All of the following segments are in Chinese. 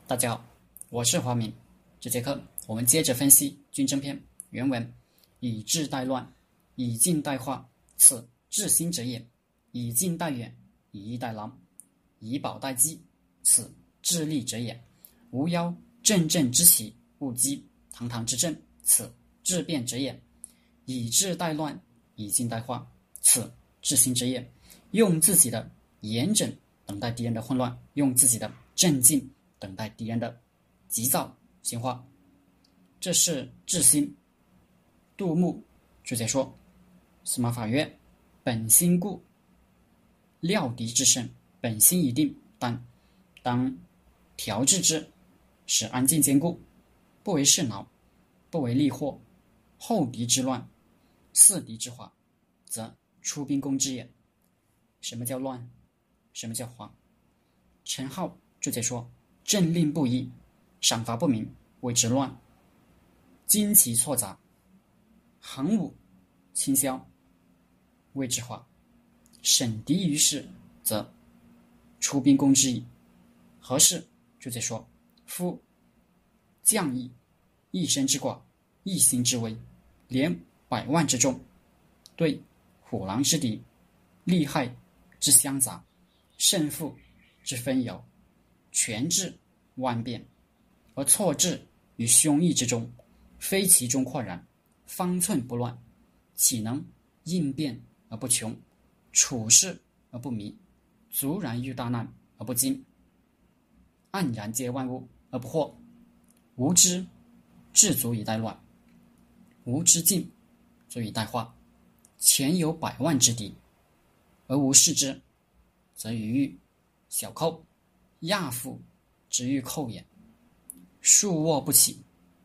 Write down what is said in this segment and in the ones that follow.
大家好，我是华明。这节课我们接着分析《军争篇》原文：以治代乱，以静代化，此治兴者也；以近代远，以夷代劳，以保代饥，此治利者也。无邀正正之奇，勿击堂堂之政，此治变者也。以治代乱，以静代化，此治兴者也。用自己的严整等待敌人的混乱，用自己的镇静等待敌人的急躁兴化，这是治兴。杜牧注解说：司马法曰：本心固，料敌之胜，本心已定，但当调治之，使安静坚固，不为事恼，不为利祸。后敌之乱，四敌之华，则出兵攻之也。什么叫乱？什么叫华？陈浩注解说：政令不一，赏罚不明，谓之乱；旌旗错杂，行伍倾销，谓之华；审敌于事，则出兵攻之矣。何事？注解说：夫将役，一身之寡，一心之微，连100万之众，对虎狼之敌，利害之相杂，胜负之分由，权治万变，而错置于凶异之中，非其中豁然，方寸不乱，岂能应变而不穷，处事而不迷，卒然遇大难而不惊，黯然接万物而不惑？无知治足以待乱，无知静足以待化。前有100万之敌，而无视之，则于欲小寇，亚父之欲寇也，数卧不起，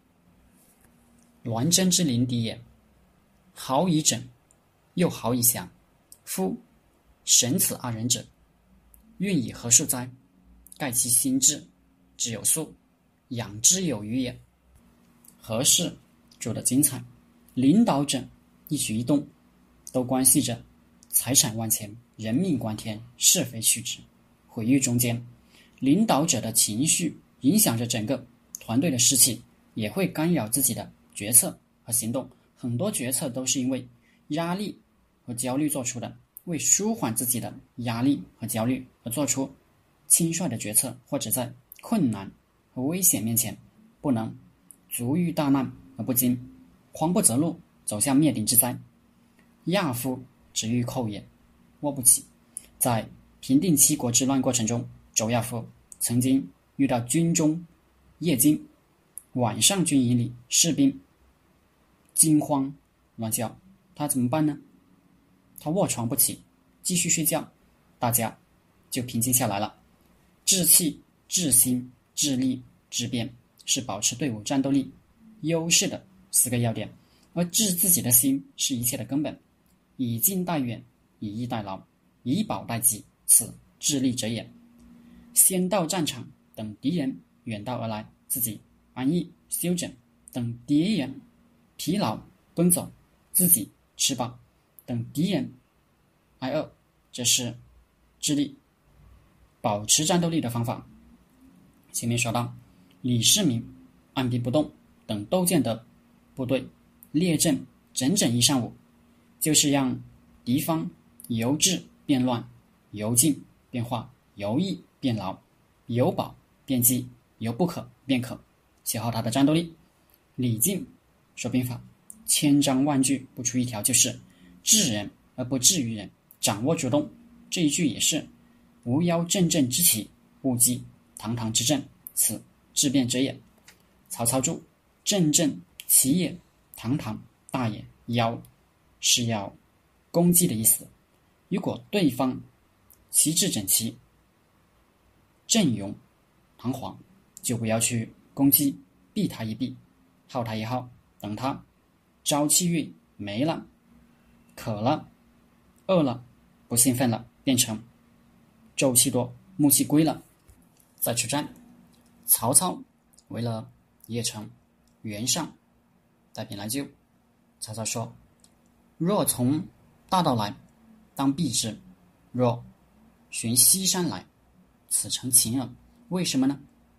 鸾真之临敌也。好以整，又好以降。夫神此二人者，运以何数哉？盖其心志之有数，养之有余也。何事做得精彩？领导者一举一动都关系着财产万千，人命关天，是非曲直，毁誉中间。领导者的情绪影响着整个团队的士气，也会干扰自己的决策和行动。很多决策都是因为压力和焦虑做出的，为舒缓自己的压力和焦虑而做出轻率的决策，或者在困难和危险面前不能足遇大难而不惊，慌不择路，走向灭顶之灾。亚夫之欲寇也，卧不起。在平定七国之乱过程中，周亚夫曾经遇到军中夜惊，晚上军营里士兵惊慌乱叫，他怎么办呢？他卧床不起，继续睡觉，大家就平静下来了。治气、治心、治利、治变是保持队伍战斗力优势的4个要点，而治自己的心是一切的根本。以近代远，以夷代劳，以保代饥，此治利者也。先到战场，等敌人远道而来，自己安逸休整；等敌人疲劳奔走，自己吃饱；等敌人挨饿，这是治利。保持战斗力的方法，前面说到，李世民按兵不动，等窦建德部队列阵整整1上午，就是让敌方由治变乱，由静变化，由易变劳，由保变饥，由不可变可，消耗他的战斗力。李靖说兵法，千章万句不出一条就是治人而不治于人，掌握主动。这一句也是无邀正正之奇，勿击堂堂之政，此治变者也。曹操注：正正奇也，堂堂大也，邀是要攻击的意思。如果对方旗帜整齐，阵容堂皇，就不要去攻击，避他一避，耗他一耗，等他朝气欲没了，渴了，饿了，不兴奋了，变成骤气多，木气归了，再出战。曹操为了邺城、袁尚带兵来救，曹操说：若从大道来，当避之；若循西山来，此诚秦耳。为什么呢？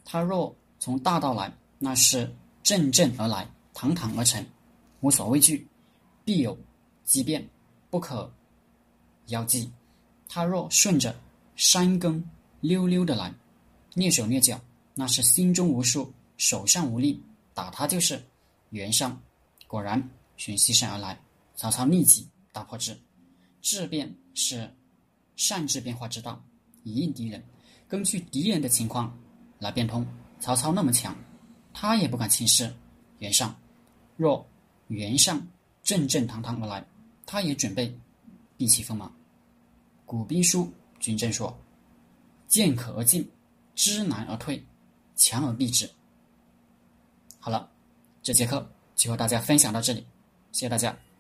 他若从大道来，那是正正而来，堂堂而成，无所畏惧，必有机变，不可妖计。他若顺着山根溜溜的来，蹑手蹑脚，那是心中无数，手上无力，打他就是袁尚。果然循西山而来，曹操立即大破之。质变是善治变化之道，以应敌人，根据敌人的情况来变通。曹操那么强，他也不敢轻视袁尚。若袁尚正正堂堂而来，他也准备避其锋芒。古兵书军政说：见可而进，知难而退，强而避之。好了，这节课就和大家分享到这里，谢谢大家。